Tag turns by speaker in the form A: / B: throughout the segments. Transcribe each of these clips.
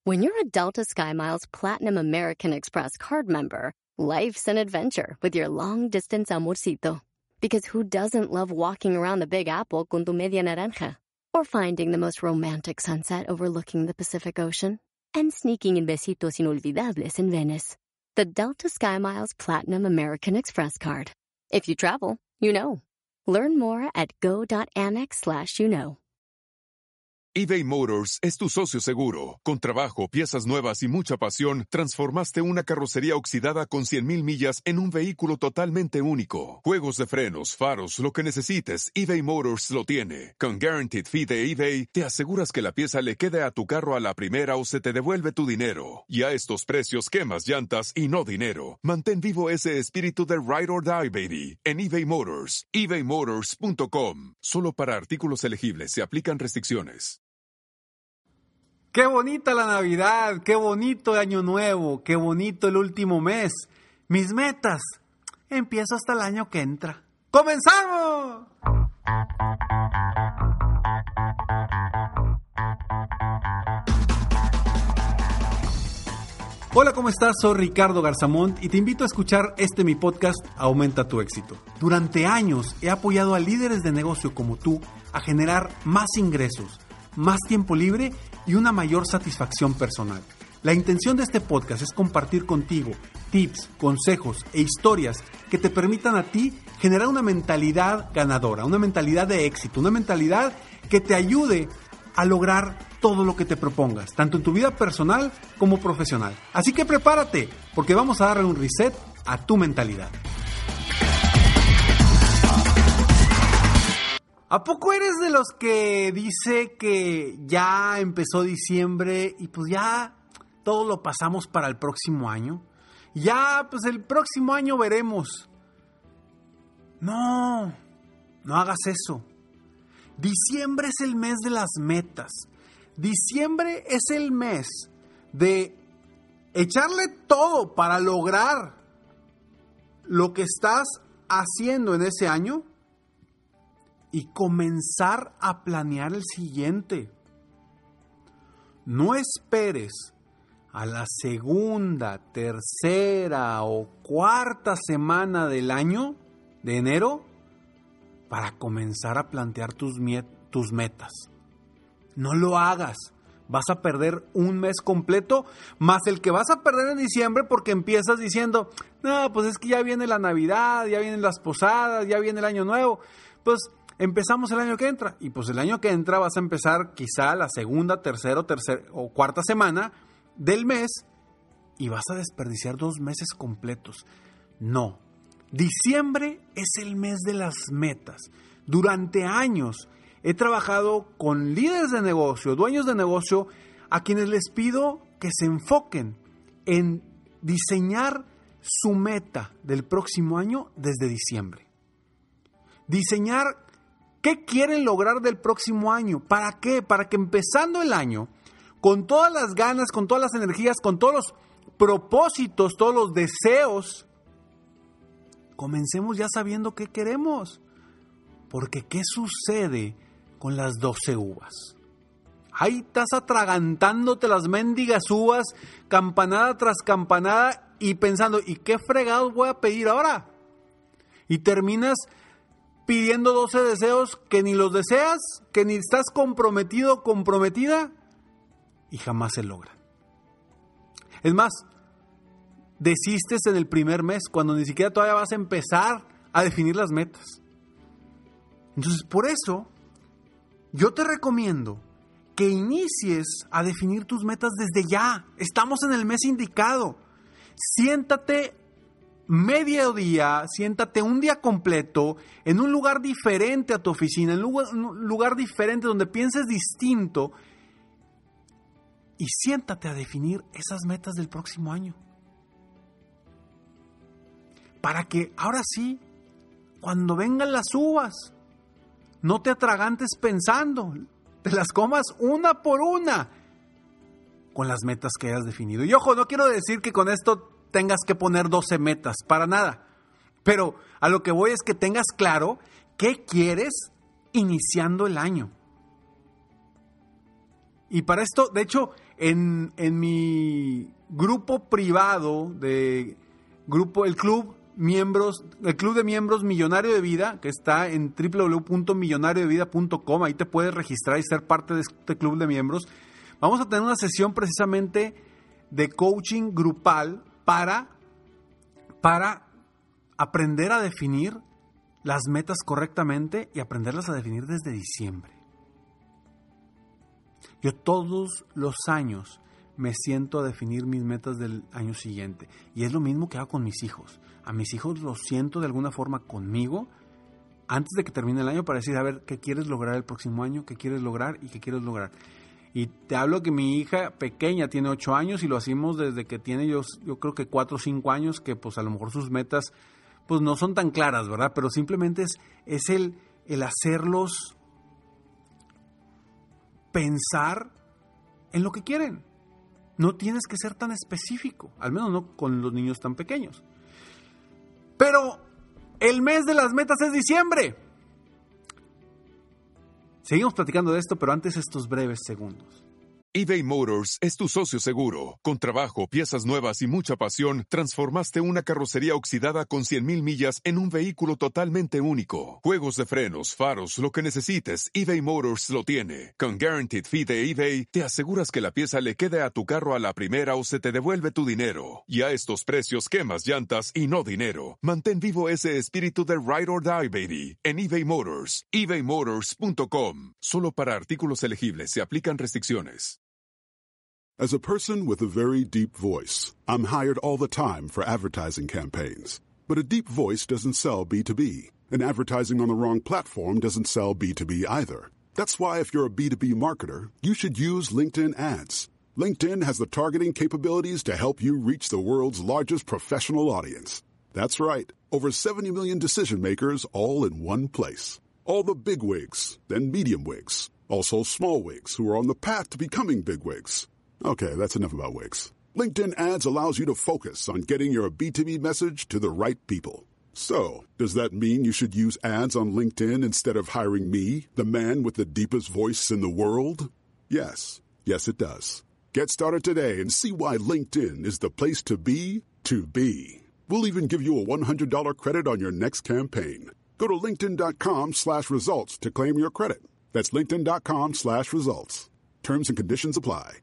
A: When you're a Delta SkyMiles Platinum American Express card member, life's an adventure with your long-distance amorcito. Because who doesn't love walking around the Big Apple con tu media naranja? Or finding the most romantic sunset overlooking the Pacific Ocean? And sneaking in besitos inolvidables in Venice. The Delta SkyMiles Platinum American Express card. If you travel, you know. Learn more at go.amex/you-know.
B: eBay Motors es tu socio seguro. Con trabajo, piezas nuevas y mucha pasión, transformaste una carrocería oxidada con 100,000 millas en un vehículo totalmente único. Juegos de frenos, faros, lo que necesites, eBay Motors lo tiene. Con Guaranteed Fee de eBay, te aseguras que la pieza le quede a tu carro a la primera o se te devuelve tu dinero. Y a estos precios, quemas llantas y no dinero. Mantén vivo ese espíritu de Ride or Die, baby, en eBay Motors. ebaymotors.com. Solo para artículos elegibles se aplican restricciones.
C: ¡Qué bonita la Navidad! ¡Qué bonito el Año Nuevo! ¡Qué bonito el último mes! Mis metas. Empiezo hasta el año que entra. ¡Comenzamos! Hola, ¿cómo estás? Soy Ricardo Garzamont y te invito a escuchar mi podcast Aumenta tu éxito. Durante años he apoyado a líderes de negocio como tú a generar más ingresos, más tiempo libre y una mayor satisfacción personal. La intención de este podcast es compartir contigo tips, consejos e historias que te permitan a ti generar una mentalidad ganadora, una mentalidad de éxito, una mentalidad que te ayude a lograr todo lo que te propongas, tanto en tu vida personal como profesional. Así que prepárate, porque vamos a darle un reset a tu mentalidad. ¿A poco eres de los que dice que ya empezó diciembre y pues ya todo lo pasamos para el próximo año? Ya, pues el próximo año veremos. No hagas eso. Diciembre es el mes de las metas. Diciembre es el mes de echarle todo para lograr lo que estás haciendo en ese año y comenzar a planear el siguiente. No esperes a la segunda, tercera o cuarta semana del año, de enero, para comenzar a plantear tus metas. No lo hagas. Vas a perder un mes completo, más el que vas a perder en diciembre porque empiezas diciendo, no, pues es que ya viene la Navidad, ya vienen las posadas, ya viene el Año Nuevo. Pues empezamos el año que entra, y pues el año que entra vas a empezar quizá la segunda, tercera o cuarta semana del mes y vas a desperdiciar 2 meses completos. No, diciembre es el mes de las metas. Durante años he trabajado con líderes de negocio, dueños de negocio, a quienes les pido que se enfoquen en diseñar su meta del próximo año desde diciembre. Diseñar ¿qué quieren lograr del próximo año? ¿Para qué? Para que empezando el año, con todas las ganas, con todas las energías, con todos los propósitos, todos los deseos, comencemos ya sabiendo qué queremos. Porque ¿qué sucede con las 12 uvas? Ahí estás atragantándote las mendigas uvas, campanada tras campanada, y pensando, ¿y qué fregados voy a pedir ahora? Y terminas pidiendo 12 deseos que ni los deseas, que ni estás comprometido o comprometida, y jamás se logran. Es más, desistes en el primer mes, cuando ni siquiera todavía vas a empezar a definir las metas. Entonces, por eso, yo te recomiendo que inicies a definir tus metas desde ya. Estamos en el mes indicado. Siéntate mediodía, siéntate un día completo en un lugar diferente a tu oficina, en un lugar diferente donde pienses distinto, y siéntate a definir esas metas del próximo año. Para que ahora sí, cuando vengan las uvas, no te atragantes pensando, te las comas una por una con las metas que hayas definido. Y ojo, no quiero decir que con esto tengas que poner 12 metas, para nada. Pero a lo que voy es que tengas claro qué quieres iniciando el año. Y para esto, de hecho, En mi grupo privado el club de miembros Millonario de Vida, que está en www.millonariodevida.com, ahí te puedes registrar y ser parte de este club de miembros. Vamos a tener una sesión precisamente de coaching grupal para aprender a definir las metas correctamente y aprenderlas a definir desde diciembre. Yo todos los años me siento a definir mis metas del año siguiente. Y es lo mismo que hago con mis hijos. A mis hijos los siento de alguna forma conmigo antes de que termine el año para decir, a ver, ¿qué quieres lograr el próximo año? ¿Qué quieres lograr? ¿Y qué quieres lograr? Y te hablo que mi hija pequeña tiene 8 años y lo hacemos desde que tiene yo creo que 4 o 5 años, que pues a lo mejor sus metas pues no son tan claras, ¿verdad? Pero simplemente es el hacerlos pensar en lo que quieren. No tienes que ser tan específico, al menos no con los niños tan pequeños. Pero el mes de las metas es diciembre. Seguimos platicando de esto, pero antes estos breves segundos.
B: eBay Motors es tu socio seguro. Con trabajo, piezas nuevas y mucha pasión, transformaste una carrocería oxidada con 100,000 millas en un vehículo totalmente único. Juegos de frenos, faros, lo que necesites, eBay Motors lo tiene. Con Guaranteed Fee de eBay, te aseguras que la pieza le quede a tu carro a la primera o se te devuelve tu dinero. Y a estos precios, quemas llantas y no dinero. Mantén vivo ese espíritu de Ride or Die, baby, en eBay Motors. ebaymotors.com. Solo para artículos elegibles se aplican restricciones.
D: As a person with a very deep voice, I'm hired all the time for advertising campaigns. But a deep voice doesn't sell B2B, and advertising on the wrong platform doesn't sell B2B either. That's why if you're a B2B marketer, you should use LinkedIn ads. LinkedIn has the targeting capabilities to help you reach the world's largest professional audience. That's right, over 70 million decision makers all in one place. All the big wigs, then medium wigs, also small wigs who are on the path to becoming big wigs. Okay, that's enough about wigs. LinkedIn ads allows you to focus on getting your B2B message to the right people. So, does that mean you should use ads on LinkedIn instead of hiring me, the man with the deepest voice in the world? Yes. Yes, it does. Get started today and see why LinkedIn is the place to be to be. We'll even give you a $100 credit on your next campaign. Go to linkedin.com/results to claim your credit. That's linkedin.com/results. Terms and conditions apply.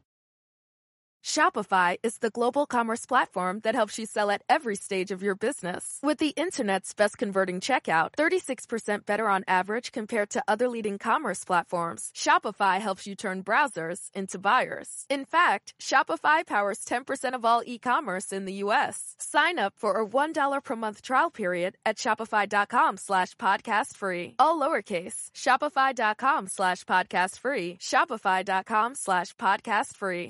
E: Shopify is the global commerce platform that helps you sell at every stage of your business. With the internet's best converting checkout, 36% better on average compared to other leading commerce platforms, Shopify helps you turn browsers into buyers. In fact, Shopify powers 10% of all e-commerce in the U.S. Sign up for a $1 per month trial period at shopify.com/podcastfree. All lowercase, shopify.com/podcastfree, shopify.com/podcastfree.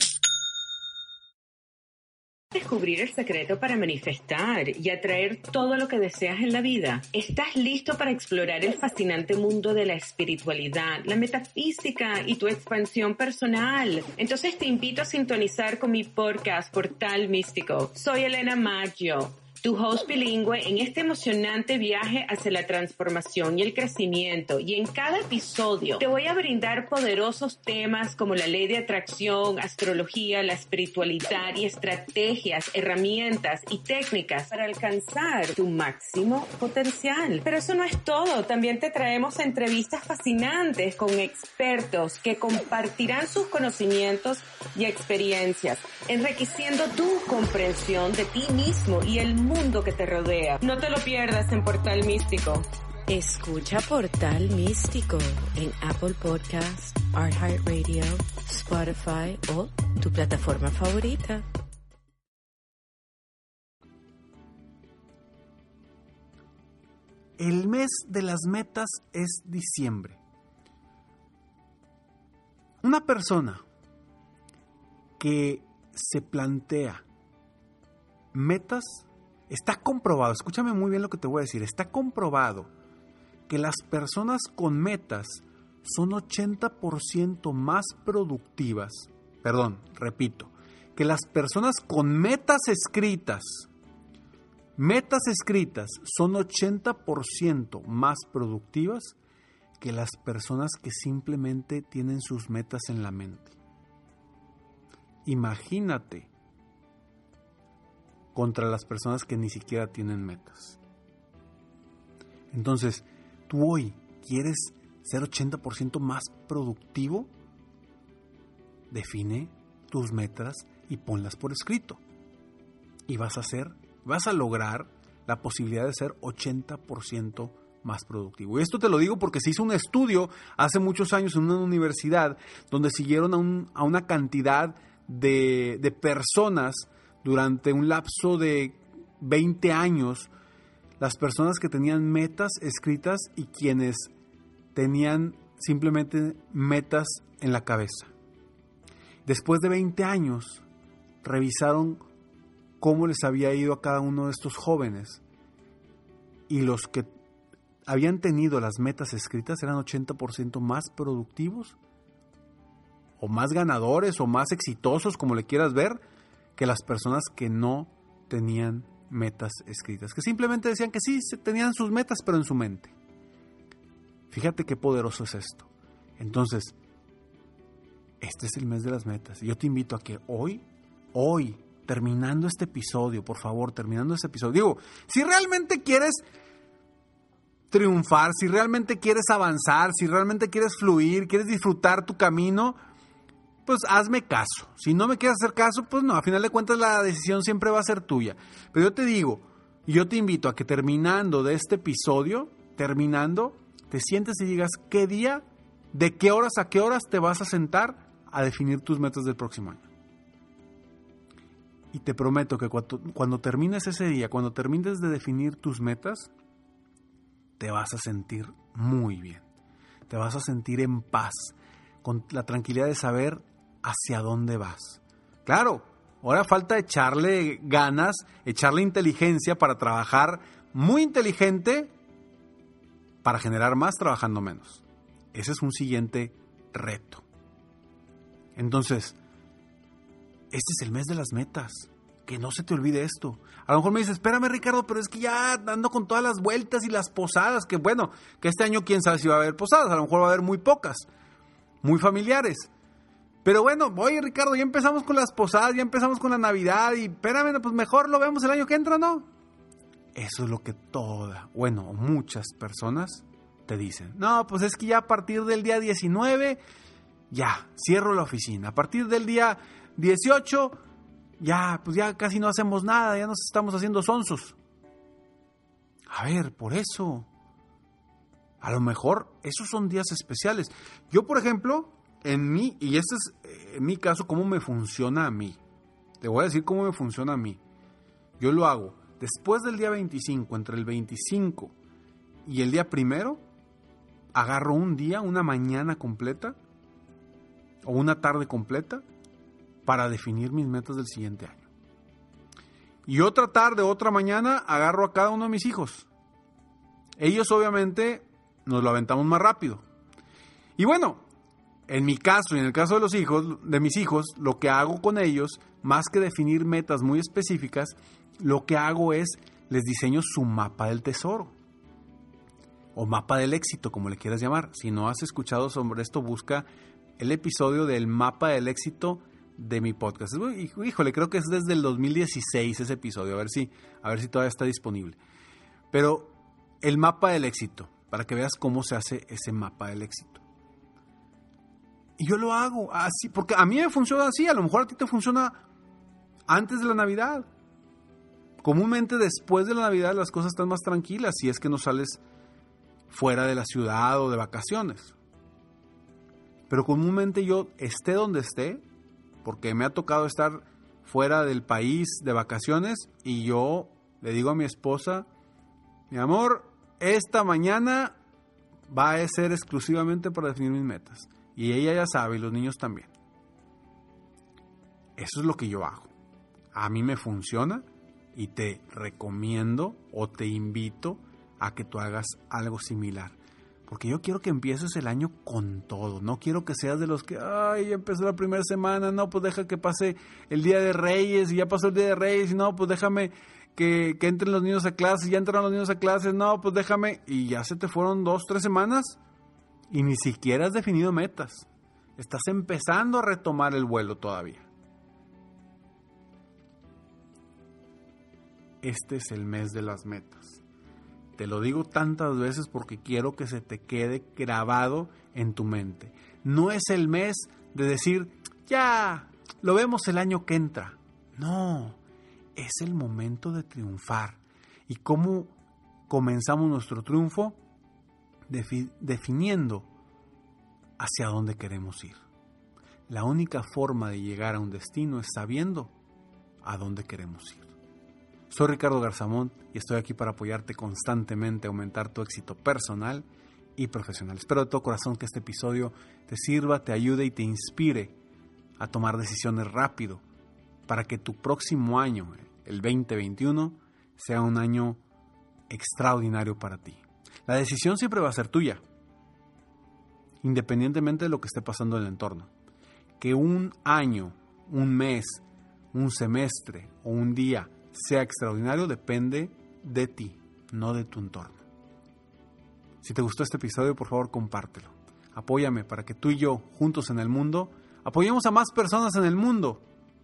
F: Descubrir el secreto para manifestar y atraer todo lo que deseas en la vida. ¿Estás listo para explorar el fascinante mundo de la espiritualidad, la metafísica y tu expansión personal? Entonces te invito a sintonizar con mi podcast Portal Místico. Soy Elena Maggio, tu host bilingüe en este emocionante viaje hacia la transformación y el crecimiento. Y en cada episodio te voy a brindar poderosos temas como la ley de atracción, astrología, la espiritualidad y estrategias, herramientas y técnicas para alcanzar tu máximo potencial. Pero eso no es todo. También te traemos entrevistas fascinantes con expertos que compartirán sus conocimientos y experiencias, enriqueciendo tu comprensión de ti mismo y el mundo que te rodea. No te lo pierdas en Portal Místico.
G: Escucha Portal Místico en Apple Podcast, iHeartRadio, Spotify o tu plataforma favorita.
C: El mes de las metas es diciembre. Una persona que se plantea metas, está comprobado, escúchame muy bien lo que te voy a decir, está comprobado que las personas con metas son 80% más productivas, que las personas con metas escritas son 80% más productivas que las personas que simplemente tienen sus metas en la mente. Imagínate contra las personas que ni siquiera tienen metas. Entonces, tú hoy quieres ser 80% más productivo, define tus metas y ponlas por escrito. Y vas a lograr la posibilidad de ser 80% más productivo. Y esto te lo digo porque se hizo un estudio hace muchos años en una universidad donde siguieron a una cantidad de personas durante un lapso de 20 años, las personas que tenían metas escritas y quienes tenían simplemente metas en la cabeza. Después de 20 años, revisaron cómo les había ido a cada uno de estos jóvenes. Y los que habían tenido las metas escritas eran 80% más productivos, o más ganadores, o más exitosos, como le quieras ver, que las personas que no tenían metas escritas. Que simplemente decían que sí, tenían sus metas, pero en su mente. Fíjate qué poderoso es esto. Entonces, este es el mes de las metas. Y yo te invito a que hoy, terminando este episodio, por favor, terminando este episodio, digo, si realmente quieres triunfar, si realmente quieres avanzar, si realmente quieres fluir, quieres disfrutar tu camino, pues hazme caso. Si no me quieres hacer caso, pues no, a final de cuentas la decisión siempre va a ser tuya. Pero yo te digo, y yo te invito a que terminando de este episodio, te sientes y digas qué día, de qué horas a qué horas te vas a sentar a definir tus metas del próximo año. Y te prometo que cuando termines ese día, cuando termines de definir tus metas, te vas a sentir muy bien. Te vas a sentir en paz, con la tranquilidad de saber hacia dónde vas. Claro, ahora falta echarle ganas, echarle inteligencia para trabajar muy inteligente para generar más trabajando menos. Ese es un siguiente reto. Entonces, este es el mes de las metas. Que no se te olvide esto. A lo mejor me dices, espérame Ricardo, pero es que ya ando con todas las vueltas y las posadas, que bueno, que este año quién sabe si va a haber posadas, a lo mejor va a haber muy pocas, muy familiares. Pero bueno, oye Ricardo, ya empezamos con las posadas, ya empezamos con la Navidad y espérame, pues mejor lo vemos el año que entra, ¿no? Eso es lo que muchas personas te dicen. No, pues es que ya a partir del día 19, ya, cierro la oficina. A partir del día 18, ya casi no hacemos nada, ya nos estamos haciendo sonsos. A ver, por eso, a lo mejor esos son días especiales. Yo, por ejemplo, y este es en mi caso, cómo me funciona a mí. Te voy a decir cómo me funciona a mí. Yo lo hago después del día 25, entre el 25 y el día 1, agarro un día, una mañana completa o una tarde completa para definir mis metas del siguiente año. Y otra tarde, otra mañana, agarro a cada uno de mis hijos. Ellos obviamente nos lo aventamos más rápido. Y bueno, en mi caso y en el caso de mis hijos, lo que hago con ellos, más que definir metas muy específicas, lo que hago es, les diseño su mapa del tesoro. O mapa del éxito, como le quieras llamar. Si no has escuchado sobre esto, busca el episodio del mapa del éxito de mi podcast. Híjole, creo que es desde el 2016 ese episodio, a ver si todavía está disponible. Pero el mapa del éxito, para que veas cómo se hace ese mapa del éxito. Y yo lo hago así, porque a mí me funciona así, a lo mejor a ti te funciona antes de la Navidad. Comúnmente después de la Navidad las cosas están más tranquilas, si es que no sales fuera de la ciudad o de vacaciones. Pero comúnmente yo, esté donde esté, porque me ha tocado estar fuera del país de vacaciones, y yo le digo a mi esposa, mi amor, esta mañana va a ser exclusivamente para definir mis metas. Y ella ya sabe, y los niños también. Eso es lo que yo hago. A mí me funciona y te recomiendo o te invito a que tú hagas algo similar. Porque yo quiero que empieces el año con todo. No quiero que seas de los que, ay, ya empezó la primera semana, no, pues deja que pase el Día de Reyes, y ya pasó el Día de Reyes, y no, pues déjame que entren los niños a clases, ya entraron los niños a clases, no, pues déjame, y ya se te fueron 2-3 semanas y ni siquiera has definido metas. Estás empezando a retomar el vuelo todavía. este es el mes de las metas. Te lo digo tantas veces porque quiero que se te quede grabado en tu mente. No es el mes de decir, ya, lo vemos el año que entra. No, es el momento de triunfar. ¿Y cómo comenzamos nuestro triunfo? Definiendo hacia dónde queremos ir. La única forma de llegar a un destino es sabiendo a dónde queremos ir. Soy Ricardo Garzamont y estoy aquí para apoyarte constantemente a aumentar tu éxito personal y profesional. Espero de todo corazón que este episodio te sirva, te ayude y te inspire a tomar decisiones rápido para que tu próximo año, el 2021, sea un año extraordinario para ti. La decisión siempre va a ser tuya, independientemente de lo que esté pasando en el entorno. Que un año, un mes, un semestre o un día sea extraordinario depende de ti, no de tu entorno. Si te gustó este episodio, por favor, compártelo. Apóyame para que tú y yo, juntos en el mundo, apoyemos a más personas en el mundo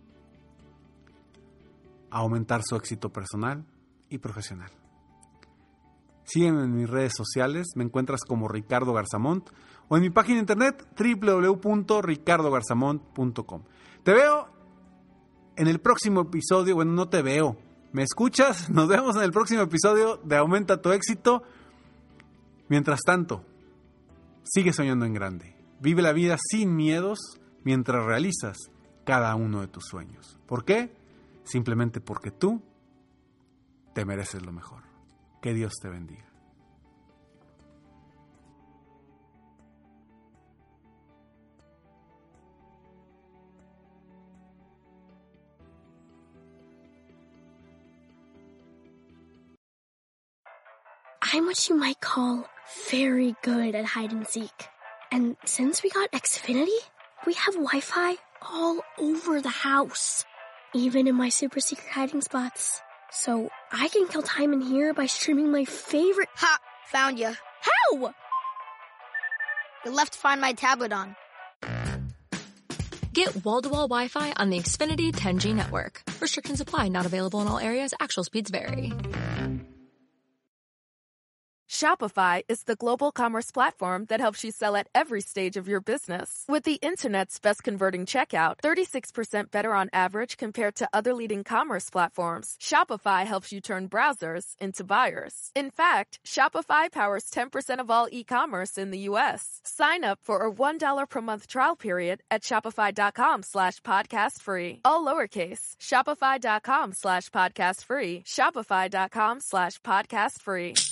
C: a aumentar su éxito personal y profesional. Sígueme en mis redes sociales, me encuentras como Ricardo Garzamont o en mi página de internet www.ricardogarzamont.com. Te veo en el próximo episodio, bueno, no te veo, ¿me escuchas? Nos vemos en el próximo episodio de Aumenta tu éxito. Mientras tanto, sigue soñando en grande. Vive la vida sin miedos mientras realizas cada uno de tus sueños. ¿Por qué? Simplemente porque tú te mereces lo mejor. Que Dios te bendiga.
H: I'm what you might call very good at hide and seek. And since we got Xfinity, we have Wi-Fi all over the house, even in my super secret hiding spots. So I can kill time in here by streaming my favorite...
I: Ha! Found you.
H: How?
I: You left Find My tablet on.
J: Get wall-to-wall Wi-Fi on the Xfinity 10G network. Restrictions apply. Not available in all areas. Actual speeds vary.
E: Shopify is the global commerce platform that helps you sell at every stage of your business. With the internet's best converting checkout, 36% better on average compared to other leading commerce platforms, Shopify helps you turn browsers into buyers. In fact, Shopify powers 10% of all e-commerce in the U.S. Sign up for a $1 per month trial period at shopify.com/podcast free. All lowercase, shopify.com/podcast free, shopify.com/podcast free.